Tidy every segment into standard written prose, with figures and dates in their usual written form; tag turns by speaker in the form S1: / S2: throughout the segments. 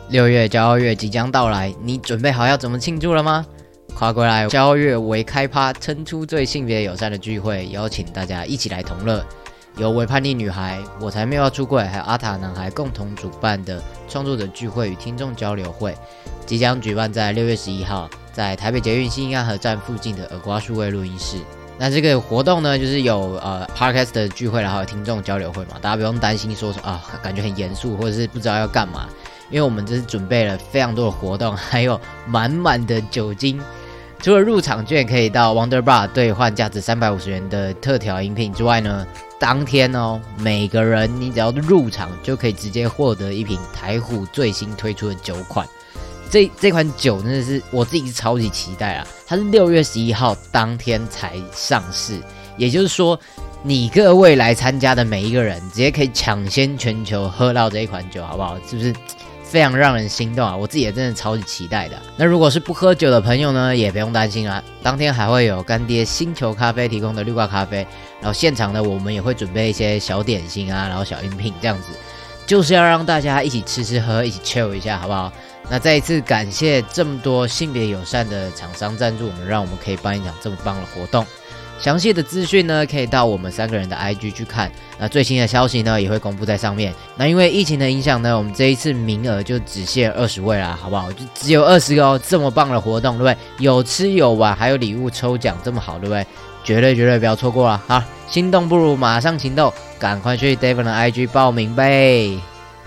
S1: 6月骄傲月即将到来，你准备好要怎么庆祝了吗？跨过来骄傲月为开趴，撑出最性别友善的聚会，邀请大家一起来同乐。由为叛逆女孩、我才没有要出柜，还有阿塔男孩共同主办的创作者聚会与听众交流会，即将举办在6月11号，在台北捷运新安河站附近的耳瓜数位录音室。那这个活动呢，就是有podcast 的聚会，然后有听众交流会嘛，大家不用担心说感觉很严肃，或者是不知道要干嘛，因为我们这是准备了非常多的活动，还有满满的酒精。除了入场券可以到 Wonder Bar 兑换价值350元的特调饮品之外呢，当天每个人你只要入场就可以直接获得一瓶台虎最新推出的酒款。这款酒真的是我自己是超级期待啊！它是6月11号当天才上市，也就是说，你各位来参加的每一个人，直接可以抢先全球喝到这一款酒，好不好？是不是非常让人心动啊？我自己也真的超级期待的。那如果是不喝酒的朋友呢，也不用担心啦，当天还会有干爹星球咖啡提供的绿挂咖啡，然后现场呢，我们也会准备一些小点心啊，然后小饮品这样子，就是要让大家一起吃喝，一起 chill 一下，好不好？那再一次感谢这么多性别友善的厂商赞助我们，让我们可以办一场这么棒的活动。详细的资讯呢，可以到我们3个人的 IG 去看。那最新的消息呢，也会公布在上面。那因为疫情的影响呢，我们这一次名额就只限20位啦，好不好？就只有20个哦，这么棒的活动，对不对？有吃有玩，还有礼物抽奖，这么好，对不对？绝对不要错过了。好，心动不如马上行动，赶快去 David 的 IG 报名呗。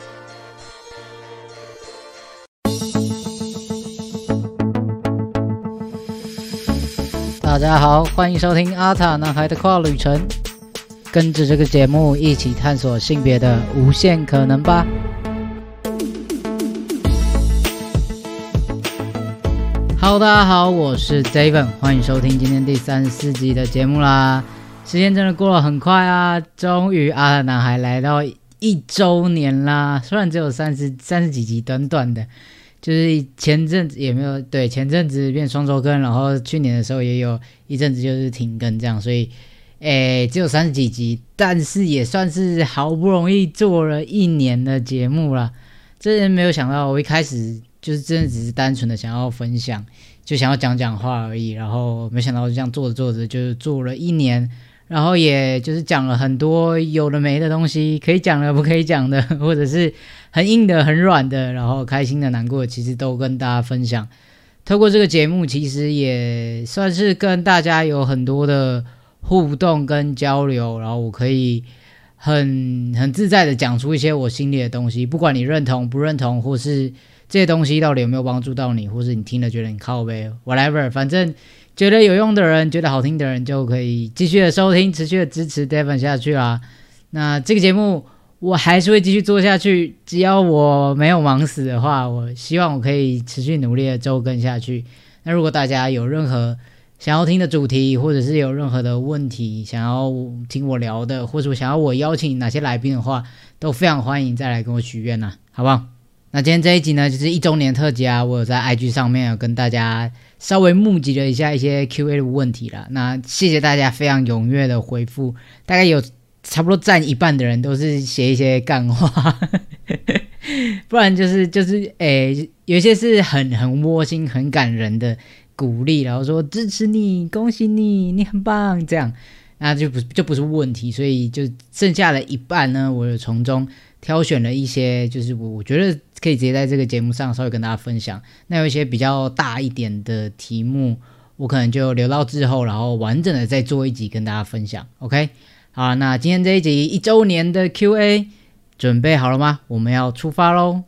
S2: 大家好，欢迎收听阿塔男孩的跨旅程，跟着这个节目一起探索性别的无限可能吧。Hello， 大家好，我是 David， 欢迎收听今天第34集的节目啦。时间真的过得很快啊，终于阿塔男孩来到1周年啦，虽然只有30几集，短短的。就是前阵子也没有，对，前阵子变双周更，然后去年的时候也有一阵子就是停更这样，所以只有30几集，但是也算是好不容易做了1年的节目啦。真的没有想到，我一开始就是真的只是单纯的想要分享，就想要讲话而已，然后没想到这样做着就是做了1年，然后也就是讲了很多有的没的东西，可以讲的不可以讲的，或者是很硬的很软的，然后开心的难过的其实都跟大家分享。透过这个节目其实也算是跟大家有很多的互动跟交流，然后我可以很自在的讲出一些我心里的东西，不管你认同不认同，或是这些东西到底有没有帮助到你，或是你听了觉得你靠背 whatever， 反正觉得有用的人，觉得好听的人就可以继续的收听，持续的支持 Devin 下去啦。那这个节目我还是会继续做下去，只要我没有忙死的话，我希望我可以持续努力的周更下去。那如果大家有任何想要听的主题，或者是有任何的问题想要听我聊的，或者想要我邀请哪些来宾的话，都非常欢迎再来跟我许愿啦，好不好？那今天这一集呢，就是1周年特辑啊，我有在 IG 上面有跟大家稍微募集了一下一些 QA 的问题啦。那谢谢大家非常踊跃的回复，大概有差不多占一半的人都是写一些干话不然就是有一些是很窝心很感人的鼓励，然后说支持你，恭喜你，你很棒，这样那就不是问题。所以就剩下的一半呢，我有从中挑选了一些，就是我觉得可以直接在这个节目上稍微跟大家分享。那有一些比较大一点的题目，我可能就留到之后，然后完整的再做一集跟大家分享。 OK， 好，那今天这一集1周年的 QA 准备好了吗？我们要出发咯。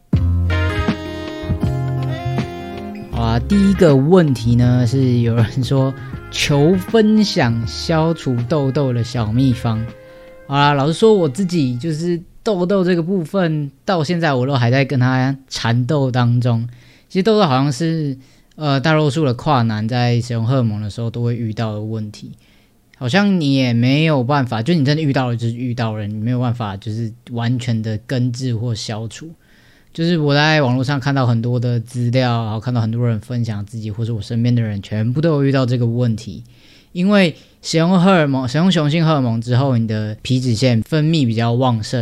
S2: 好啊，第一个问题呢，是有人说求分享消除痘痘的小秘方。好啦，老实说我自己就是痘痘这个部分到现在我都还在跟他缠斗当中。其实痘痘好像是大多数的跨男在使用荷尔蒙的时候都会遇到的问题，好像你也没有办法，就你真的遇到了就是遇到了，你没有办法就是完全的根治或消除。就是我在网络上看到很多的资料，然后看到很多人分享自己或是我身边的人全部都有遇到这个问题。因为使用雄性荷尔蒙之后，你的皮脂腺分泌比较旺盛，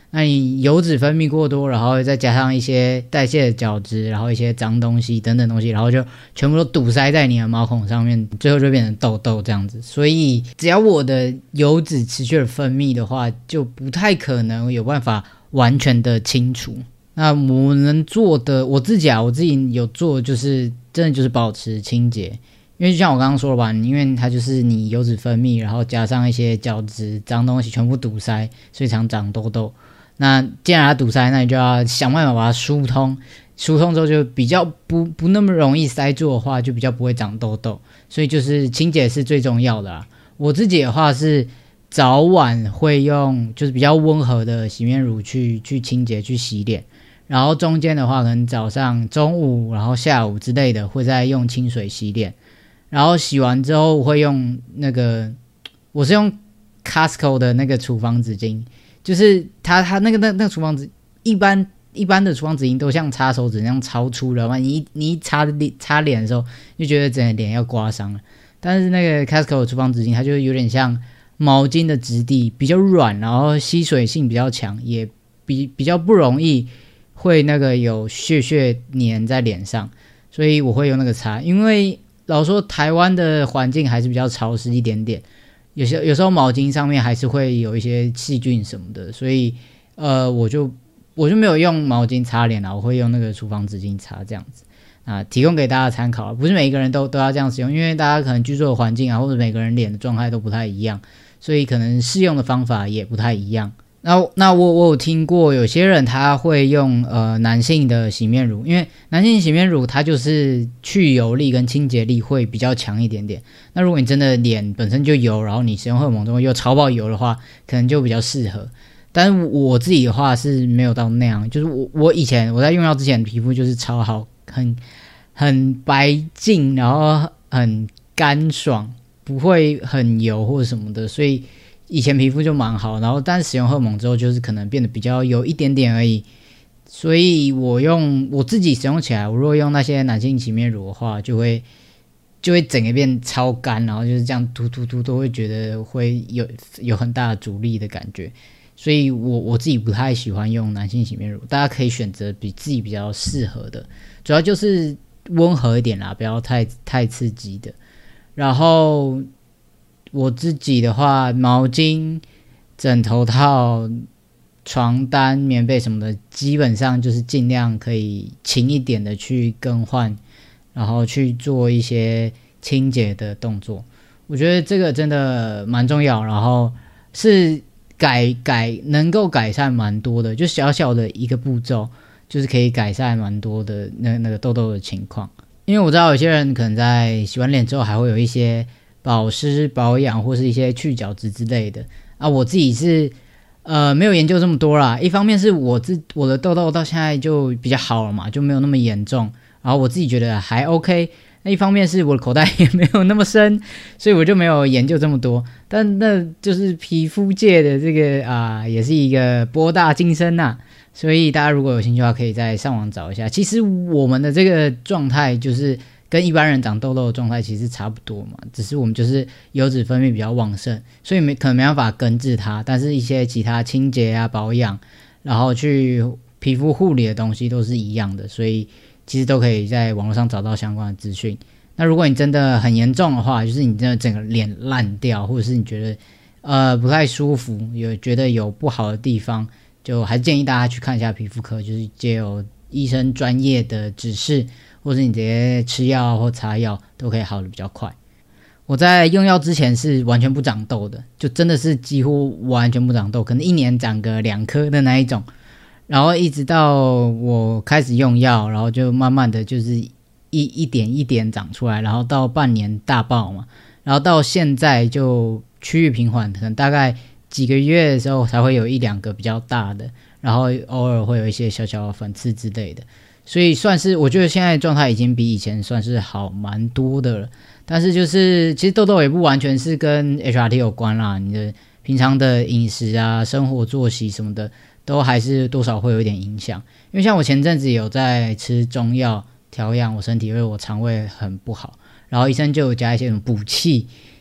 S2: 那你油脂分泌过多，然后再加上一些代谢的角质，然后一些脏东西等等东西，然后就全部都堵塞在你的毛孔上面，最后就变成痘痘这样子。所以只要我的油脂持续的分泌的话，就不太可能有办法完全的清除。那我能做的，我自己有做，就是真的就是保持清洁。因为就像我刚刚说了吧，因为它就是你油脂分泌，然后加上一些角质、脏东西全部堵塞，所以常长痘痘。那既然它堵塞，那你就要想办法把它疏通，疏通之后就比较不那么容易塞住的话，就比较不会长痘痘。所以就是清洁是最重要的啦。我自己的话是早晚会用就是比较温和的洗面乳去清洁去洗脸，然后中间的话可能早上、中午然后下午之类的会再用清水洗脸。然后洗完之后会用我是用 Costco 的那个厨房纸巾，就是它那个厨房纸一般的厨房纸巾都像擦手指那样超粗的嘛，你一擦脸的时候就觉得整个脸要刮伤了。但是那个 Costco 的厨房纸巾它就有点像毛巾的质地，比较软，然后吸水性比较强，也比较不容易会有屑粘在脸上，所以我会用那个擦。因为老说台湾的环境还是比较潮湿一点点，有时候毛巾上面还是会有一些细菌什么的，所以我就没有用毛巾擦脸啦，我会用那个厨房纸巾擦这样子啊，提供给大家参考。不是每一个人都要这样使用，因为大家可能居住的环境啊，或者每个人脸的状态都不太一样，所以可能适用的方法也不太一样。那我有听过有些人他会用男性的洗面乳，因为男性洗面乳它就是去油力跟清洁力会比较强一点点。那如果你真的脸本身就油，然后你使用荷尔蒙中又超爆油的话，可能就比较适合。但是我自己的话是没有到那样，就是我以前我在用药之前皮肤就是超好，很白净，然后很干爽，不会很油或者什么的，所以以前皮肤就蛮好，然后但是使用荷尔蒙之后就是可能变得比较油一点点而已。所以我自己使用起来，我如果用那些男性洗面乳的话，就会整个变超干，然后就是这样涂都会觉得会有很大的阻力的感觉。所以我自己不太喜欢用男性洗面乳，大家可以选择比自己比较适合的，主要就是温和一点啦，不要太刺激的。然后我自己的话，毛巾、枕头套、床单、棉被什么的，基本上就是尽量可以勤一点的去更换，然后去做一些清洁的动作。我觉得这个真的蛮重要，然后是能够改善蛮多的，就小小的一个步骤，就是可以改善蛮多的那个痘痘的情况。因为我知道有些人可能在洗完脸之后还会有一些保湿保养或是一些去角质之类的啊，我自己是没有研究这么多啦。一方面是我的痘痘到现在就比较好了嘛，就没有那么严重，然后我自己觉得还 OK。那一方面是我的口袋也没有那么深，所以我就没有研究这么多。但那就是皮肤界的这个也是一个博大精深呐。所以大家如果有兴趣的话，可以再上网找一下。其实我们的这个状态就是跟一般人长痘痘的状态其实差不多嘛，只是我们就是油脂分泌比较旺盛，所以可能没办法根治它。但是一些其他清洁啊、保养，然后去皮肤护理的东西都是一样的，所以其实都可以在网络上找到相关的资讯。那如果你真的很严重的话，就是你真的整个脸烂掉，或者是你觉得不太舒服，觉得有不好的地方，就还是建议大家去看一下皮肤科，就是藉由医生专业的指示，或是你直接吃药或擦药都可以好的比较快。我在用药之前是完全不长痘的，就真的是几乎完全不长痘，可能一年长个2颗的那一种。然后一直到我开始用药，然后就慢慢的就是一点一点长出来，然后到半年大爆嘛，然后到现在就趋于平缓，可能大概几个月的时候才会有1-2个比较大的，然后偶尔会有一些小小的粉刺之类的。所以算是我觉得现在状态已经比以前算是好蛮多的了。但是就是其实痘痘也不完全是跟 HRT 有关啦，你的平常的饮食啊、生活作息什么的都还是多少会有一点影响。因为像我前阵子有在吃中药调养我身体，因为我肠胃很不好，然后医生就有加一些什么补气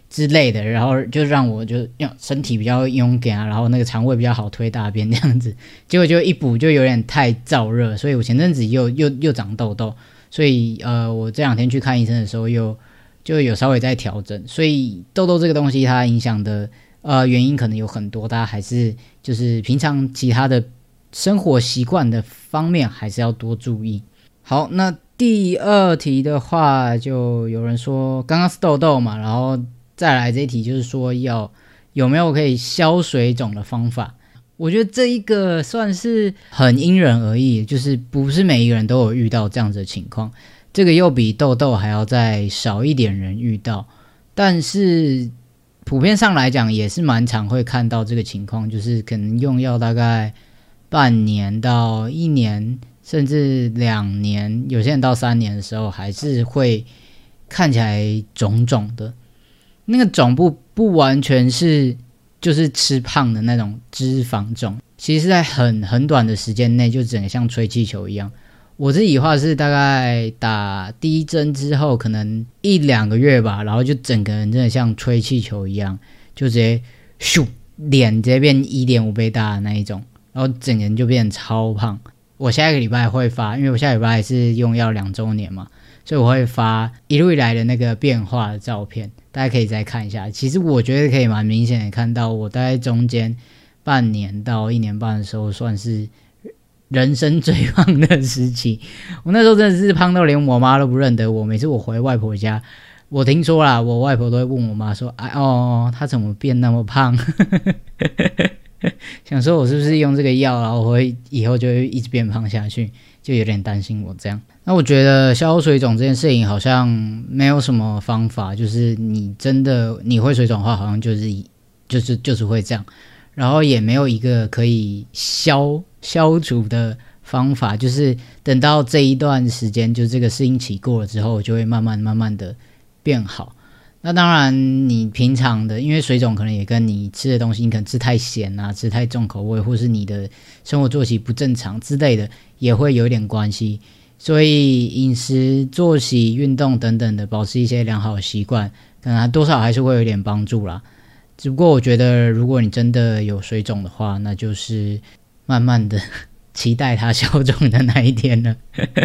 S2: 之类的，然后就让我就身体比较勇敢啊，然后那个肠胃比较好推大便这样子，结果就一补就有点太燥热，所以我前阵子又长痘痘，所以我这2天去看医生的时候就有稍微在调整，所以痘痘这个东西它影响的原因可能有很多，大家还是就是平常其他的生活习惯的方面还是要多注意。好，那第2题的话，就有人说刚刚是痘痘嘛，然后再来这一题就是说有没有可以消水肿的方法。我觉得这一个算是很因人而异，就是不是每一个人都有遇到这样子的情况，这个又比痘痘还要再少一点人遇到，但是普遍上来讲也是蛮常会看到这个情况，就是可能用药大概半年到1年甚至2年，有些人到3年的时候还是会看起来肿肿的。那个肿不完全是就是吃胖的那种脂肪肿，其实是在很短的时间内就整个像吹气球一样。我自己的话是大概打第1针之后可能1-2个月吧，然后就整个人真的像吹气球一样，就直接咻，脸直接变1.5倍大的那一种，然后整个人就变超胖。我下一个礼拜会发，因为我下礼拜是用药2周年嘛，所以我会发一路以来的那个变化的照片，大家可以再看一下。其实我觉得可以蛮明显的看到，我大概中间半年到1年半的时候，算是人生最胖的时期。我那时候真的是胖到连我妈都不认得我。每次我回外婆家，我听说啦，我外婆都会问我妈说：“哎哦，她怎么变那么胖？”想说我是不是用这个药，然后我会以后就会一直变胖下去，就有点担心我这样。那我觉得消水肿这件事情好像没有什么方法，就是你真的你会水肿的话，好像就是会这样，然后也没有一个可以消除的方法，就是等到这一段时间，就这个适应期过了之后，就会慢慢的变好。那当然你平常的，因为水肿可能也跟你吃的东西，你可能吃太咸啊，吃太重口味，或是你的生活作息不正常之类的，也会有一点关系。所以饮食、作息、运动等等的，保持一些良好的习惯，可能多少还是会有点帮助啦。只不过我觉得如果你真的有水肿的话，那就是慢慢的期待它消肿的那一天了。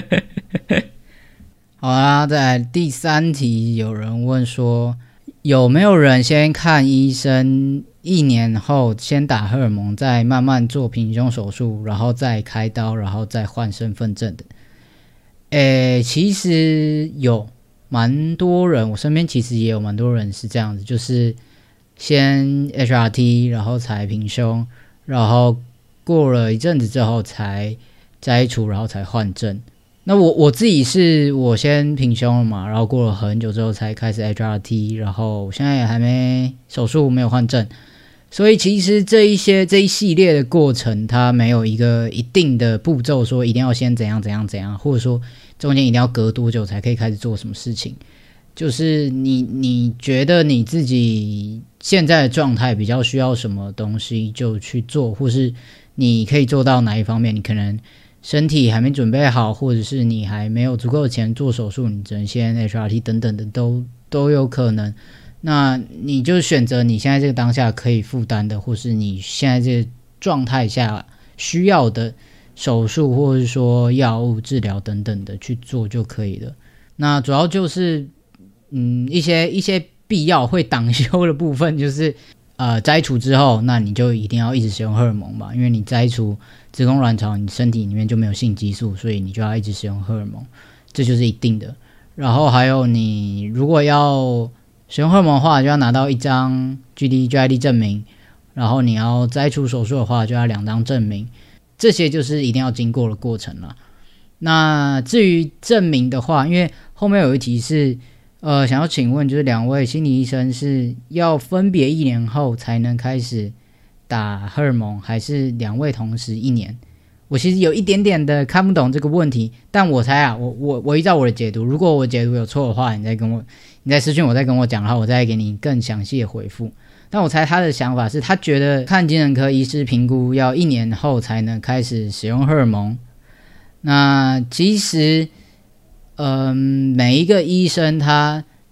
S2: 好啦，再来第3题，有人问说有没有人先看医生1年后先打荷尔蒙，再慢慢做平胸手术，然后再开刀，然后再换身份证的？其实有蛮多人，我身边其实也有蛮多人是这样子，就是先 HRT 然后才平胸，然后过了一阵子之后才摘除，然后才换证。那我自己是我先平胸了嘛，然后过了很久之后才开始 HRT， 然后现在也还没手术，没有换证，所以其实这一系列的过程，它没有一个一定的步骤说一定要先怎样，或者说中间一定要隔多久才可以开始做什么事情。就是你觉得你自己现在的状态比较需要什么东西就去做，或是你可以做到哪一方面，你可能身体还没准备好，或者是你还没有足够的钱做手术，你只能先 HRT 等等的都有可能。那你就选择你现在这个当下可以负担的，或是你现在这个状态下需要的手术，或者是说药物治疗等等的去做就可以了。那主要就是一些必要会挡修的部分，就是摘除之后，那你就一定要一直使用荷尔蒙嘛，因为你摘除子宫卵巢，你身体里面就没有性激素，所以你就要一直使用荷尔蒙，这就是一定的。然后还有你如果要使用荷尔蒙的话，就要拿到1张 GID 证明，然后你要摘除手术的话，就要2张证明，这些就是一定要经过的过程了。那至于证明的话，因为后面有一题是想要请问，就是2位心理医生是要分别1年后才能开始打荷尔蒙，还是2位同时1年？我其实有一点点的看不懂这个问题，但我猜啊，我依照我的解读，如果我解读有错的话，你在私讯我再跟我讲，然后我再给你更详细的回复。但我猜他的想法是，他觉得看精神科医师评估要1年后才能开始使用荷尔蒙。那其实每一个医生他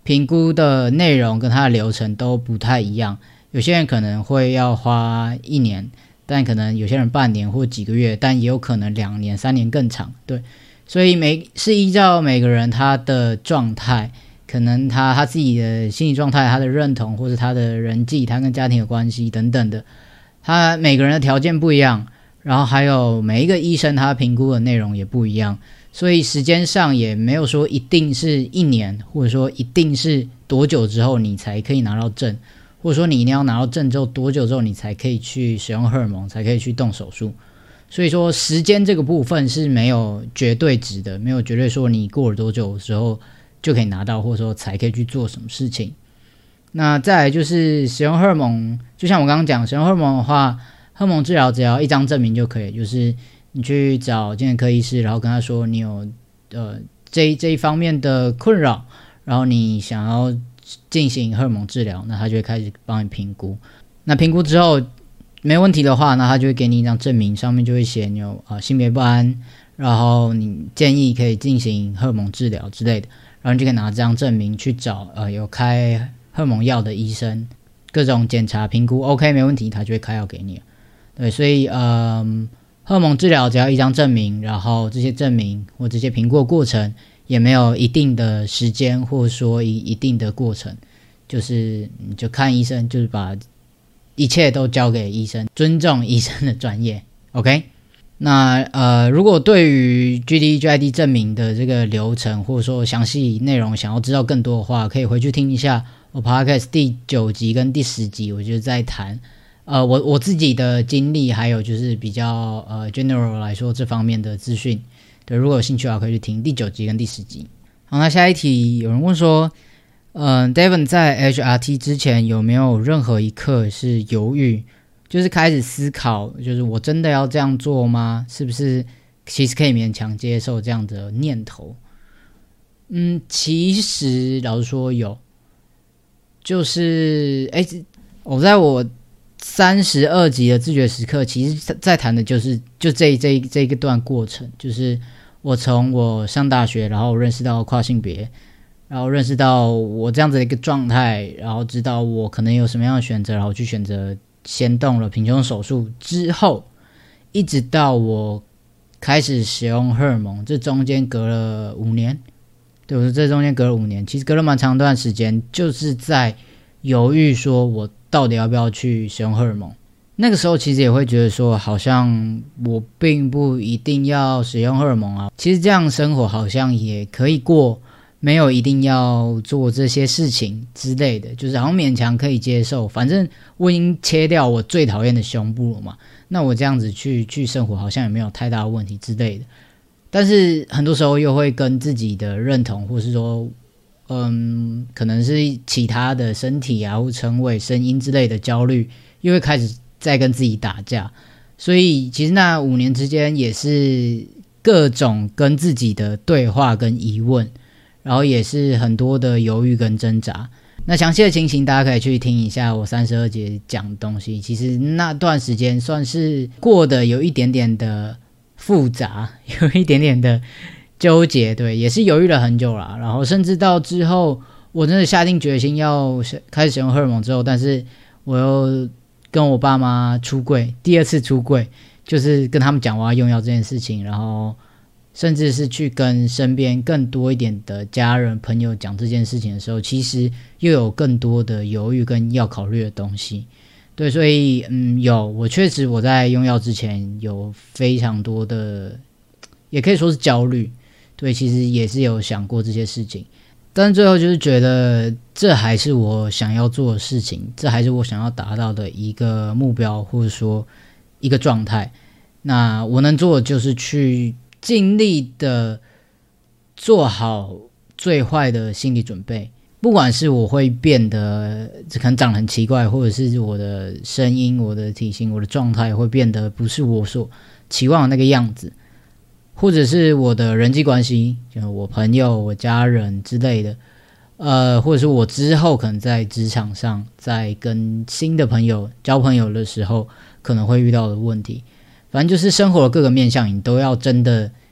S2: 评估的内容跟它的流程都不太一样，有些人可能会要花1年，但可能有些人半年或几个月，但也有可能2年3年更长，对，所以是依照每个人他的状态，可能他自己的心理状态，他的认同，或是他的人际，他跟家庭有关系等等的，他每个人的条件不一样，然后还有每一个医生他评估的内容也不一样，所以时间上也没有说一定是1年，或者说一定是多久之后你才可以拿到证，或者说你一定要拿到证之后多久之后你才可以去使用荷尔蒙，才可以去动手术。所以说时间这个部分是没有绝对值的，没有绝对说你过了多久之后就可以拿到，或者说才可以去做什么事情。那再来就是使用荷尔蒙，就像我刚刚讲，使用荷尔蒙的话，荷尔蒙治疗只要1张证明就可以，就是你去找精神科医师，然后跟他说你有这一方面的困扰，然后你想要进行荷尔蒙治疗，那他就会开始帮你评估。那评估之后没问题的话，那他就会给你一张证明，上面就会写你有性别不安，然后你建议可以进行荷尔蒙治疗之类的，然后你就可以拿这张证明去找有开荷尔蒙药的医生，各种检查评估 OK 没问题，他就会开药给你。对，所以荷尔蒙治疗只要1张证明，然后这些证明或这些评估的过程也没有一定的时间，或者说一定的过程，就是你就看医生，就是把一切都交给医生，尊重医生的专业 OK。 那如果对于 GD、GID 证明的这个流程或者说详细内容想要知道更多的话，可以回去听一下我 Podcast 第9集跟第10集，我就在谈我自己的经历，还有就是比较general 来说这方面的资讯。对，如果有兴趣的话可以去听第9集跟第10集。好，那下一题有人问说Devin 在 HRT 之前有没有任何一刻是犹豫，就是开始思考，就是我真的要这样做吗？是不是其实可以勉强接受这样的念头？其实老实说有，就是我在我32集的自觉时刻，其实在谈的就是这一个段过程，就是我从我上大学，然后认识到跨性别，然后认识到我这样子的一个状态，然后知道我可能有什么样的选择，然后去选择先动了平胸手术之后，一直到我开始使用荷尔蒙，这中间隔了5年。对，我说这中间隔了5年，其实隔了蛮长一段时间，就是在犹豫说我到底要不要去使用荷尔蒙。那个时候其实也会觉得说好像我并不一定要使用荷尔蒙啊，其实这样生活好像也可以过，没有一定要做这些事情之类的，就是好像勉强可以接受，反正我已经切掉我最讨厌的胸部了嘛，那我这样子去生活好像也没有太大的问题之类的。但是很多时候又会跟自己的认同，或是说可能是其他的身体啊或称谓声音之类的焦虑，又会开始在跟自己打架。所以其实那5年之间也是各种跟自己的对话跟疑问，然后也是很多的犹豫跟挣扎。那详细的情形大家可以去听一下我32节讲的东西，其实那段时间算是过得有一点点的复杂，有一点点的纠结，对，也是犹豫了很久啦。然后甚至到之后我真的下定决心要开始使用荷尔蒙之后，但是我又跟我爸妈出柜，第2次出柜，就是跟他们讲我要用药这件事情，然后甚至是去跟身边更多一点的家人朋友讲这件事情的时候，其实又有更多的犹豫跟要考虑的东西。对，所以我确实我在用药之前有非常多的，也可以说是焦虑。对，其实也是有想过这些事情，但最后就是觉得这还是我想要做的事情，这还是我想要达到的一个目标，或者说一个状态。那我能做的就是去尽力的做好最坏的心理准备，不管是我会变得可能长得很奇怪，或者是我的声音、我的体型、我的状态会变得不是我所期望的那个样子，或者是我的人际关系，就我朋友、我家人之类的，或者是我之后可能在职场上，在跟新的朋友交朋友的时候可能会遇到的问题。反正就是生活的各个面向，你都要真的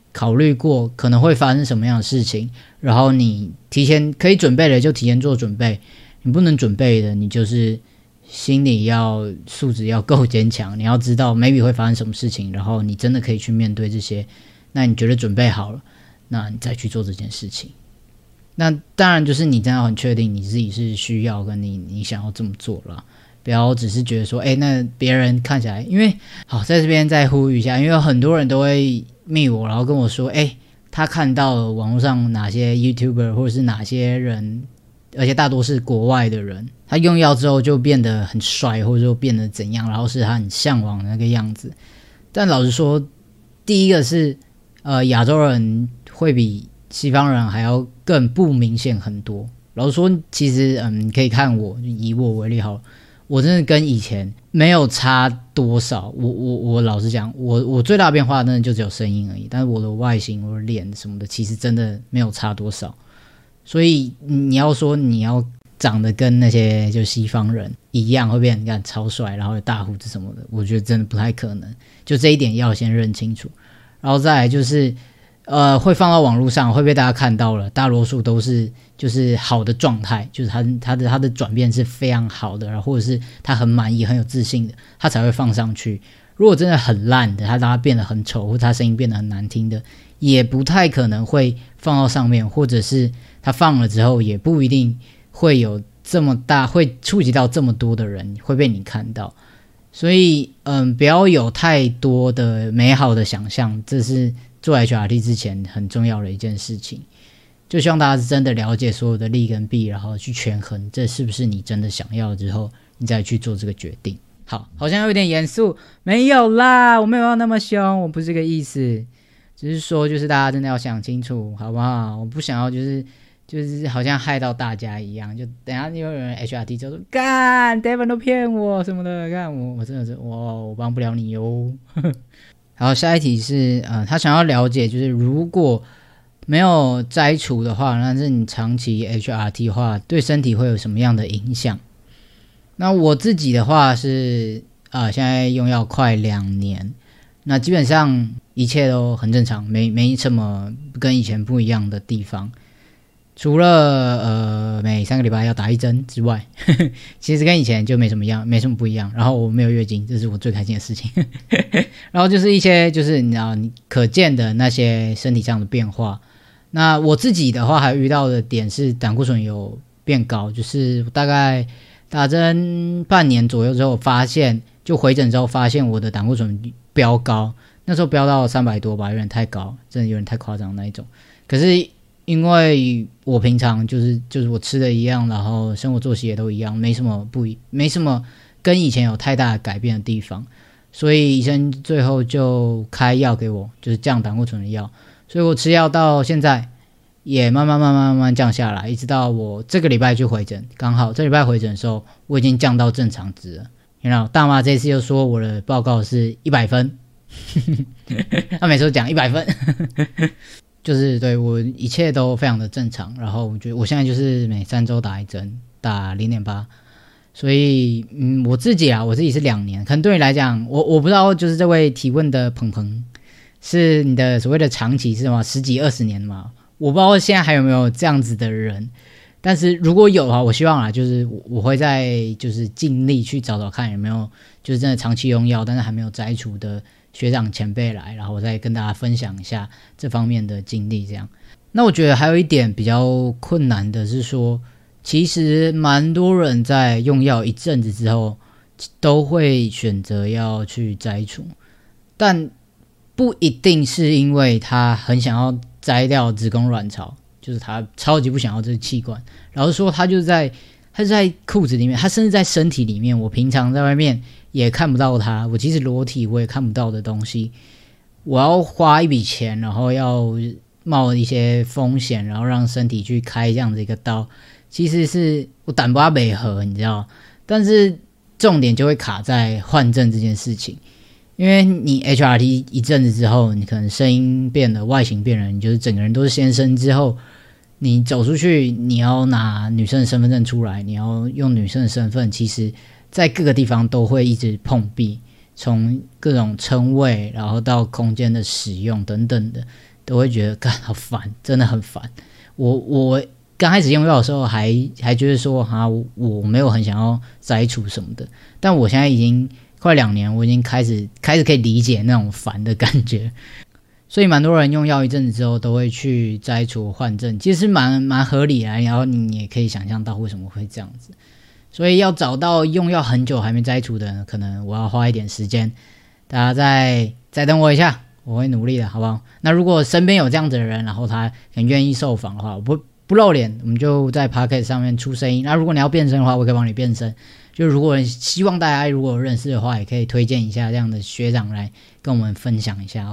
S2: 考虑过可能会发生什么样的事情，然后你提前可以准备的就提前做准备，你不能准备的，你就是心理素质要够坚强，你要知道 maybe 会发生什么事情，然后你真的可以去面对这些，那你觉得准备好了，那你再去做这件事情。那当然就是你真的很确定你自己是需要跟你想要这么做了，不要只是觉得说那别人看起来，因为好在这边再呼吁一下，因为有很多人都会密我，然后跟我说他看到了网络上哪些 YouTuber 或者是哪些人，而且大多是国外的人，他用药之后就变得很帅，或者说变得怎样，然后是他很向往的那个样子。但老实说，第一个是亚洲人会比西方人还要更不明显很多。老实说，其实你可以看我，以我为例好了，我真的跟以前没有差多少。我老实讲，我最大的变化真的就只有声音而已，但是我的外形、我的脸什么的，其实真的没有差多少。所以你要说你要长得跟那些就西方人一样，会变成超帅，然后有大胡子什么的，我觉得真的不太可能。就这一点要先认清楚。然后再来就是会放到网络上，会被大家看到了，大多数都是就是好的状态，就是他的转变是非常好的，然后或者是他很满意很有自信的，他才会放上去。如果真的很烂的，他让他变得很丑，或者他声音变得很难听的，也不太可能会放到上面，或者是他放了之后也不一定会有这么大，会触及到这么多的人会被你看到。所以不要有太多的美好的想象，这是做 HRT 之前很重要的一件事情。就希望大家是真的了解所有的利跟弊，然后去权衡这是不是你真的想要之后，你再去做这个决定。好像有点严肃，没有啦，我没有要那么凶，我不是这个意思，只是说就是大家真的要想清楚，好不好？我不想要就是好像害到大家一样，就等一下有人 HRT 就说干 Devin 都骗我什么的，干我真的是我帮不了你哟。好，下一题是他想要了解就是如果没有摘除的话，那是你长期 HRT 的话对身体会有什么样的影响？那我自己的话是现在用药快2年，那基本上一切都很正常，没什么跟以前不一样的地方，除了每3个礼拜要打1针之外其实跟以前就没什么不一样。然后我没有月经，这是我最开心的事情然后就是一些就是你知道你可见的那些身体上的变化。那我自己的话还遇到的点是胆固醇有变高，就是大概打针半年左右之后发现，就回诊之后发现我的胆固醇飙高，那时候飙到300多吧，有点太高，真的有点太夸张那一种。可是因为我平常就是我吃的一样，然后生活作息也都一样，没什么跟以前有太大的改变的地方，所以医生最后就开药给我，就是降胆固醇的药，所以我吃药到现在也慢慢降下来，一直到我这个礼拜去回诊，刚好这礼拜回诊的时候我已经降到正常值了。然后大妈这次又说我的报告是100分她每次都讲100分就是对我一切都非常的正常。然后我觉得我现在就是每3周打1针，打 0.8， 所以我自己是2年，可能对你来讲我不知道，就是这位提问的鹏鹏是你的所谓的长期是吗？10几20年吗？我不知道现在还有没有这样子的人，但是如果有的话，我希望就是我会在就是尽力去找看有没有就是真的长期用药但是还没有摘除的学长前辈来，然后我再跟大家分享一下这方面的经历这样。那我觉得还有一点比较困难的是说，其实蛮多人在用药一阵子之后都会选择要去摘除，但不一定是因为他很想要摘掉子宫卵巢，就是他超级不想要这个器官，老实说他是在裤子里面，他甚至在身体里面，我平常在外面也看不到他，我即使裸体我也看不到的东西，我要花一笔钱，然后要冒一些风险，然后让身体去开这样的一个刀，其实是我胆不美合，你知道。但是重点就会卡在换证这件事情，因为你 HRT 一阵子之后，你可能声音变了，外形变了，你就是整个人都是先生之后，你走出去你要拿女生的身份证出来，你要用女生的身份，其实在各个地方都会一直碰壁，从各种称谓然后到空间的使用等等的都会觉得干好烦，真的很烦。我刚开始用药的时候还觉得说我没有很想要摘除什么的，但我现在已经快2年，我已经开始可以理解那种烦的感觉。所以蛮多人用药一阵子之后都会去摘除换证，其实蛮合理的，然后你也可以想象到为什么会这样子。所以要找到用药很久还没摘除的人，可能我要花一点时间，大家再等我一下，我会努力的，好不好？那如果身边有这样子的人，然后他很愿意受访的话，我不露脸，我们就在 Podcast 上面出声音。那如果你要变声的话，我可以帮你变声。就如果希望大家如果有认识的话，也可以推荐一下这样的学长来跟我们分享一下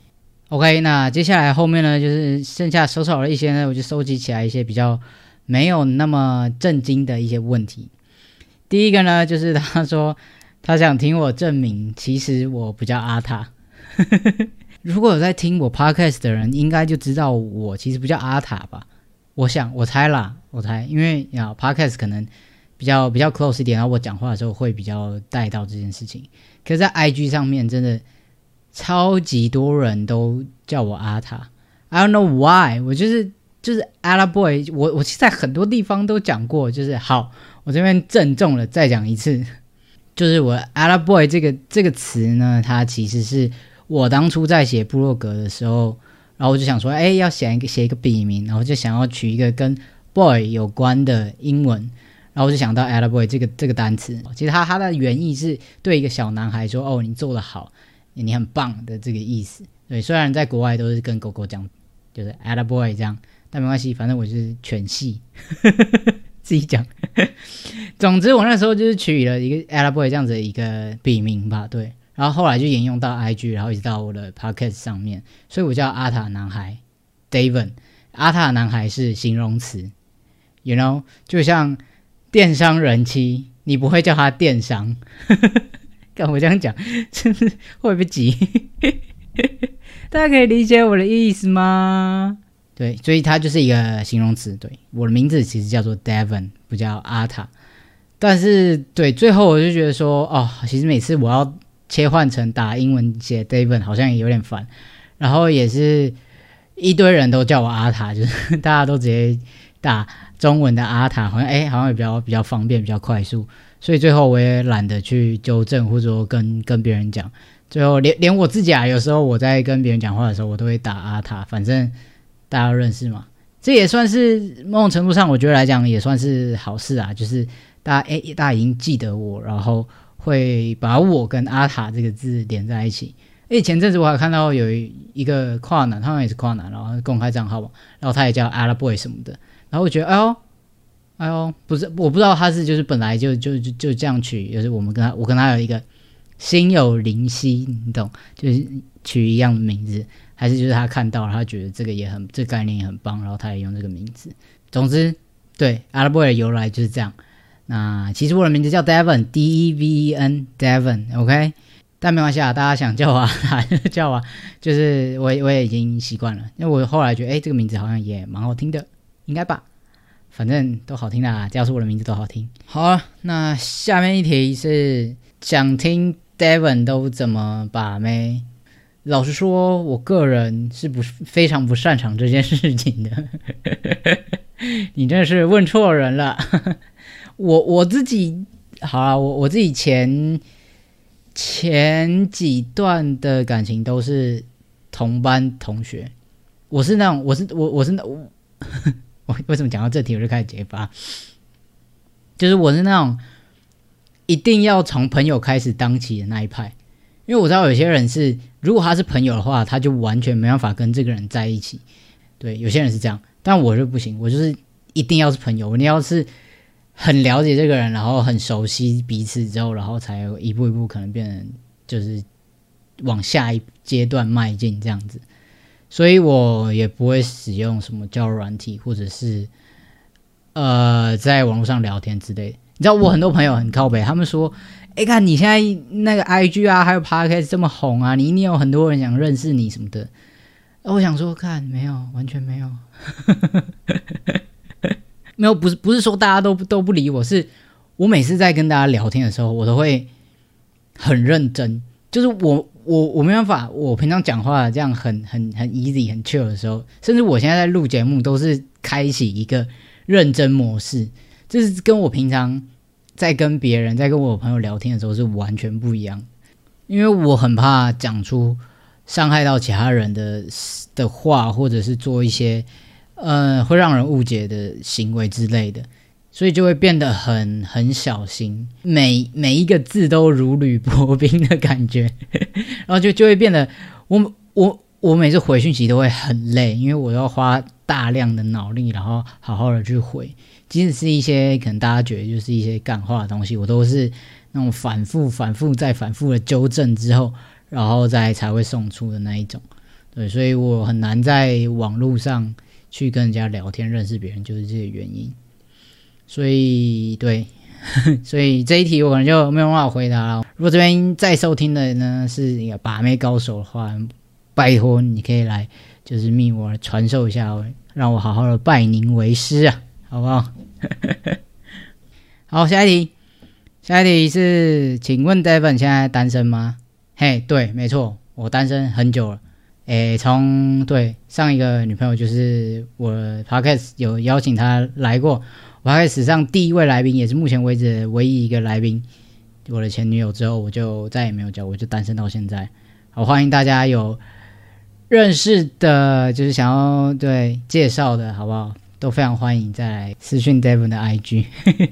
S2: OK， 那接下来后面呢，就是剩下少少的一些呢，我就收集起来一些比较没有那么震惊的一些问题。第一个呢，就是他说他想听我证明，其实我不叫阿塔。如果有在听我 podcast 的人，应该就知道我其实不叫阿塔吧？我猜，因为podcast 可能比较 close 一点，然后我讲话的时候会比较带到这件事情。可是在 IG 上面真的超级多人都叫我阿塔 ，I don't know why， 我就是阿拉 boy， 我其实在很多地方都讲过，就是好，我这边郑重的再讲一次，就是我阿拉 boy 这个词呢，它其实是我当初在写部落格的时候，然后我就想说，要写一个笔名，然后就想要取一个跟 boy 有关的英文，然后我就想到 Ella boy 这个单词。其实它的原意是对一个小男孩说，哦，你做得好，你很棒的这个意思。对，虽然在国外都是跟狗狗讲，就是 Ella boy 这样，但没关系，反正我就是全系自己讲。总之我那时候就是取了一个 Ella boy 这样子的一个笔名吧，对。然后后来就沿用到 IG， 然后一直到我的 podcast 上面，所以我叫阿塔男孩 David。 阿塔男孩是形容词 you know， 就像电商人妻，你不会叫他电商。干我这样讲真是会不会急？大家可以理解我的意思吗？对，所以它就是一个形容词。对，我的名字其实叫做 Devin， 不叫阿塔。但是对，最后我就觉得说，其实每次我要切换成打英文写 David 好像也有点烦，然后也是一堆人都叫我阿塔，就是大家都直接打中文的阿塔，好像也比较方便，比较快速，所以最后我也懒得去纠正或者说跟别人讲，最后连我自己有时候我在跟别人讲话的时候，我都会打阿塔，反正大家都认识嘛，这也算是某种程度上我觉得来讲也算是好事啊，就是大家已经记得我，然后会把我跟阿塔这个字连在一起。前阵子我还看到有一个跨男，他好像也是跨男，然后公开账号吧，然后他也叫阿拉 boy 什么的，然后我觉得哎呦，不是，我不知道他是就是本来就这样取，就是我跟他有一个心有灵犀，你懂，就是取一样的名字，还是就是他看到了，他觉得这个概念也很棒，然后他也用这个名字。总之，对阿拉 boy 的由来就是这样。那其实我的名字叫 Devin Deven Devin OK， 但没关系啊，大家想叫我啊就叫我，就是我也已经习惯了，因为我后来觉得这个名字好像也蛮好听的，应该吧，反正都好听啦，只要是我的名字都好听。好了，那下面一题是想听 Devin 都怎么把妹。老实说，我个人是非常不擅长这件事情的。你真的是问错人了。我自己好啦，我自己前几段的感情都是同班同学。我是那种我为什么讲到这题我就开始结巴？就是我是那种一定要从朋友开始当起的那一派，因为我知道有些人是，如果他是朋友的话，他就完全没办法跟这个人在一起。对，有些人是这样，但我就不行，我就是一定要是朋友，我一定要是很了解这个人，然后很熟悉彼此之后，然后才有一步一步可能变成就是往下一阶段迈进这样子。所以我也不会使用什么交友软体，或者是在网络上聊天之类的。你知道我很多朋友很靠北，他们说看你现在那个 IG 啊还有 Podcast 这么红啊，你一定有很多人想认识你什么的。我想说看没有，完全没有。没有，不是说大家都不理我，是我每次在跟大家聊天的时候，我都会很认真，就是我我没办法，我平常讲话这样很 easy 很 chill 的时候，甚至我现在在录节目都是开启一个认真模式，这是跟我平常在跟别人在跟我朋友聊天的时候是完全不一样，因为我很怕讲出伤害到其他人的话，或者是做一些会让人误解的行为之类的，所以就会变得很小心，每一个字都如履薄冰的感觉然后就会变得我每次回讯息都会很累，因为我要花大量的脑力，然后好好的去回，即使是一些可能大家觉得就是一些干话的东西，我都是那种反复再反复的纠正之后，然后才会送出的那一种。对，所以我很难在网络上去跟人家聊天认识别人，就是这个原因。所以对所以这一题我可能就没有办法回答了。如果这边在收听的呢是一个把妹高手的话，拜托你可以来就是密我传授一下，让我好好的拜您为师啊，好不好好，下一题是，请问 Devin 现在单身吗？嘿，对，没错，我单身很久了。从上一个女朋友就是我 Podcast 有邀请她来过，我 Podcast 史上第一位来宾，也是目前为止唯一一个来宾。我的前女友之后，我就再也没有交，我就单身到现在。好，欢迎大家有认识的，就是想要介绍的，好不好？都非常欢迎再来私讯 Devin 的 IG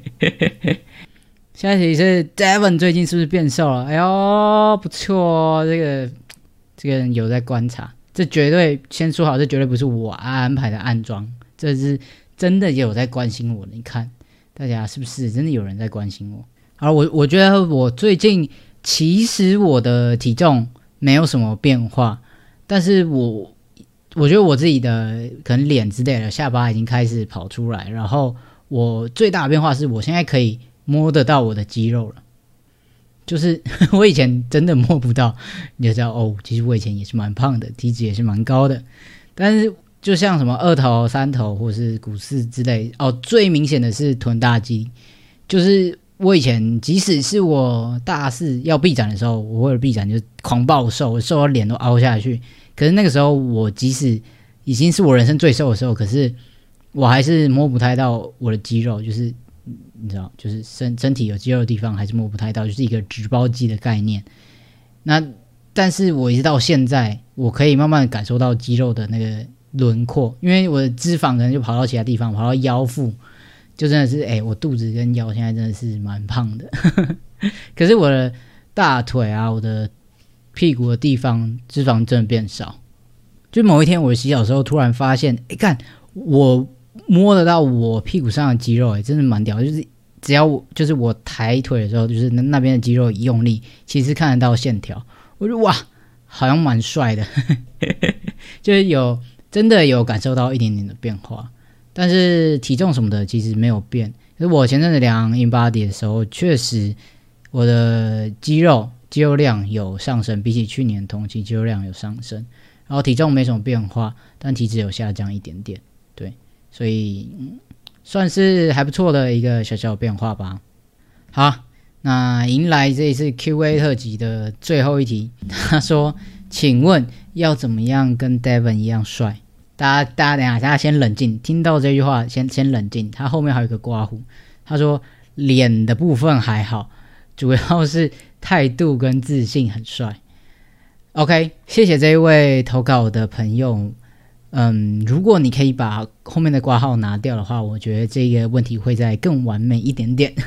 S2: 下一题是 Devin 最近是不是变瘦了？哎呦，不错，这个人有在观察，这绝对先说好，这绝对不是我安排的暗装，这是真的也有在关心我的。你看大家是不是真的有人在关心我？好，我觉得我最近其实我的体重没有什么变化，但是我觉得我自己的可能脸之类的下巴已经开始跑出来，然后我最大的变化是我现在可以摸得到我的肌肉了，就是我以前真的摸不到，你就知道哦，其实我以前也是蛮胖的，体脂也是蛮高的，但是就像什么二头、三头或是股四之类哦，最明显的是臀大肌，就是我以前即使是我大四要臂展的时候，我为了臂展就狂暴瘦，我瘦到脸都凹下去，可是那个时候我即使已经是我人生最瘦的时候，可是我还是摸不太到我的肌肉，就是你知道，就是身体有肌肉的地方还是摸不太到，就是一个纸包肌的概念。那但是我一直到现在，我可以慢慢的感受到肌肉的那个轮廓，因为我的脂肪可能就跑到其他地方，跑到腰腹，就真的是我肚子跟腰现在真的是蛮胖的可是我的大腿啊，我的屁股的地方脂肪真的变少。就某一天我洗澡的时候突然发现，看我摸得到我屁股上的肌肉，真的蛮屌，就是只要就是我抬腿的时候，就是那边的肌肉一用力，其实看得到线条，我就哇，好像蛮帅的就是真的有感受到一点点的变化，但是体重什么的其实没有变。可是我前阵子量 InBody 的时候，确实我的肌肉量有上升，比起去年同期肌肉量有上升，然后体重没什么变化，但体脂有下降一点点，对，所以算是还不错的一个小小的变化吧。好，那迎来这一次 Q&A 特辑的最后一题，他说请问要怎么样跟 Devin 一样帅？大家等一下，大家先冷静，听到这句话先冷静，他后面还有一个括弧，他说脸的部分还好，主要是态度跟自信很帅。OK， 谢谢这一位投稿的朋友。如果你可以把后面的括号拿掉的话，我觉得这个问题会再更完美一点点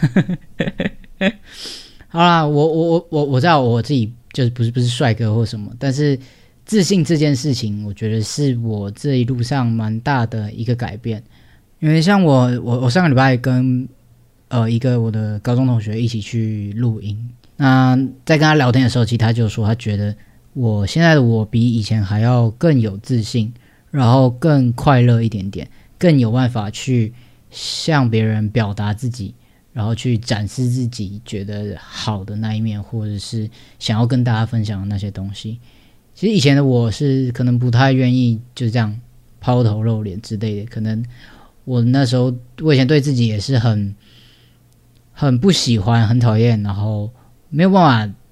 S2: 好啦，我知道我自己就是不是帅哥或什么，但是自信这件事情我觉得是我这一路上蛮大的一个改变。因为像我上个礼拜跟一个我的高中同学一起去录音，那在跟他聊天的时候，其实他就说他觉得我现在的我比以前还要更有自信，然后更快乐一点点，更有办法去向别人表达自己，然后去展示自己觉得好的那一面，或者是想要跟大家分享的那些东西。其实以前的我是可能不太愿意就这样抛头露脸之类的，可能我那时候我以前对自己也是很不喜欢，很讨厌，然后没有办法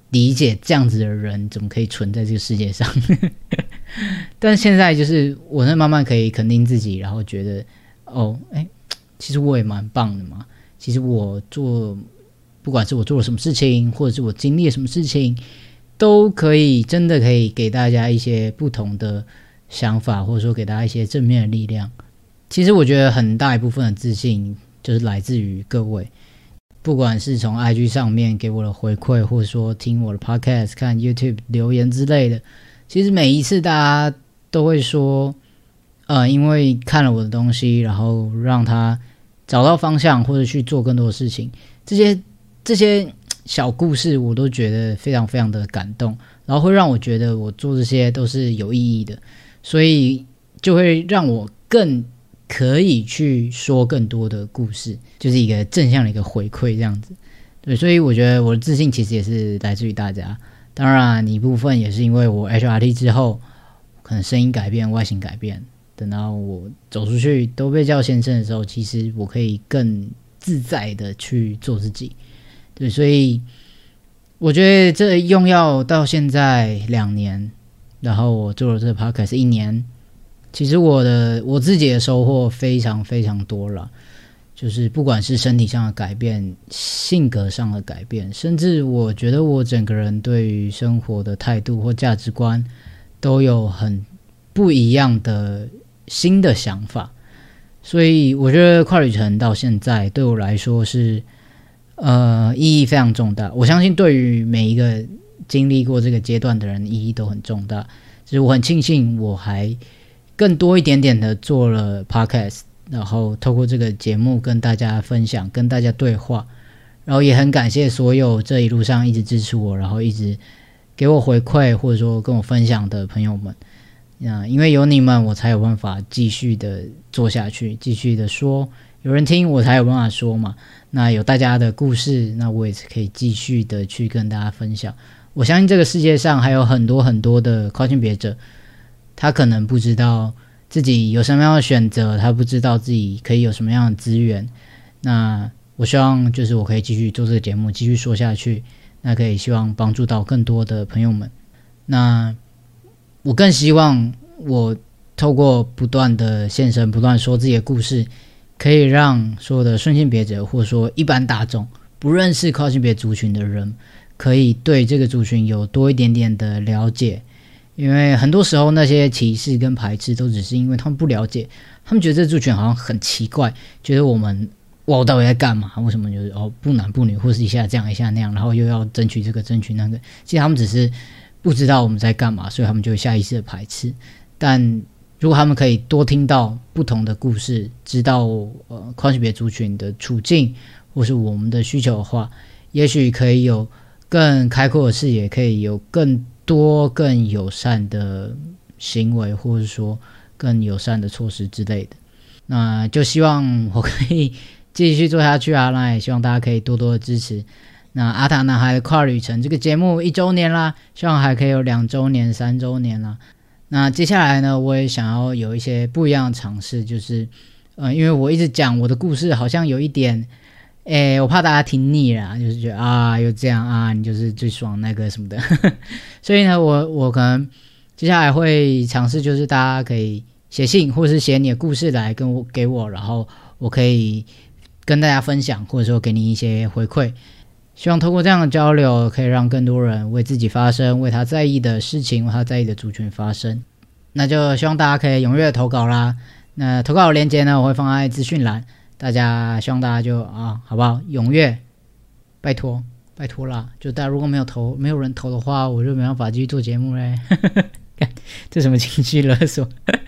S2: 理解这样子的人怎么可以存在这个世界上。但现在就是我慢慢可以肯定自己，然后觉得其实我也蛮棒的嘛。其实不管是我做了什么事情，或者是我经历了什么事情，都真的可以给大家一些不同的想法，或者说给大家一些正面的力量。其实我觉得很大一部分的自信就是来自于各位，不管是从 IG 上面给我的回馈，或者说听我的 Podcast 看 YouTube 留言之类的，其实每一次大家都会说因为看了我的东西，然后让他找到方向，或者去做更多的事情，这些小故事我都觉得非常非常的感动，然后会让我觉得我做这些都是有意义的，所以就会让我更可以去说更多的故事，就是一个正向的一个回馈这样子。对，所以我觉得我的自信其实也是来自于大家，当然一部分也是因为我 HRT 之后可能声音改变，外形改变，等到我走出去都被叫先生的时候，其实我可以更自在的去做自己。对，所以我觉得这用药到现在2年，然后我做了这个 podcast 1年，其实我自己的收获非常非常多了，就是不管是身体上的改变，性格上的改变，甚至我觉得我整个人对于生活的态度或价值观都有很不一样的新的想法。所以我觉得跨旅程到现在对我来说是意义非常重大，我相信对于每一个经历过这个阶段的人意义都很重大。只是我很庆幸我还更多一点点的做了 podcast， 然后透过这个节目跟大家分享，跟大家对话，然后也很感谢所有这一路上一直支持我，然后一直给我回馈或者说跟我分享的朋友们。因为有你们我才有办法继续的做下去，继续的说，有人听我才有办法说嘛。那有大家的故事，那我也是可以继续的去跟大家分享。我相信这个世界上还有很多很多的跨性别者，他可能不知道自己有什么样的选择，他不知道自己可以有什么样的资源。那我希望就是我可以继续做这个节目，继续说下去，那可以希望帮助到更多的朋友们。那我更希望我透过不断的现身，不断说自己的故事，可以让所有的顺性别者，或者说一般大众不认识跨性别族群的人，可以对这个族群有多一点点的了解。因为很多时候那些歧视跟排斥都只是因为他们不了解，他们觉得这族群好像很奇怪，觉得我到底在干嘛，为什么就是不男不女，或是一下这样一下那样，然后又要争取这个争取那个。其实他们只是不知道我们在干嘛，所以他们就会下意识的排斥。但如果他们可以多听到不同的故事，知道跨性别族群的处境或是我们的需求的话，也许可以有更开阔的视野，可以有更多更友善的行为，或者说更友善的措施之类的。那就希望我可以继续做下去啊，那也希望大家可以多多的支持。那阿塔男孩的跨旅程这个节目1周年啦，希望还可以有2周年、3周年啦。那接下来呢，我也想要有一些不一样的尝试，就是因为我一直讲我的故事好像有一点我怕大家听腻了，就是觉得又这样你就是最爽那个什么的所以呢我可能接下来会尝试，就是大家可以写信或是写你的故事来给我，然后我可以跟大家分享，或者说给你一些回馈。希望透过这样的交流，可以让更多人为自己发声，为他在意的事情，为他在意的族群发声。那就希望大家可以踊跃投稿啦。那投稿的链接呢，我会放在资讯栏，希望大家就好不好？踊跃，拜托啦！就大家如果没有人投的话，我就没办法继续做节目嘞。这什么情绪勒索？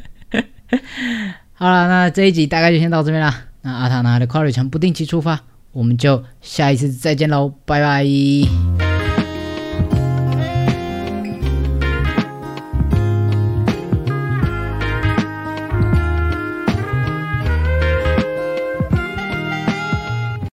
S2: 好了，那这一集大概就先到这边啦。那阿塔拿的跨旅程不定期出发，我们就下一次再见喽，拜拜。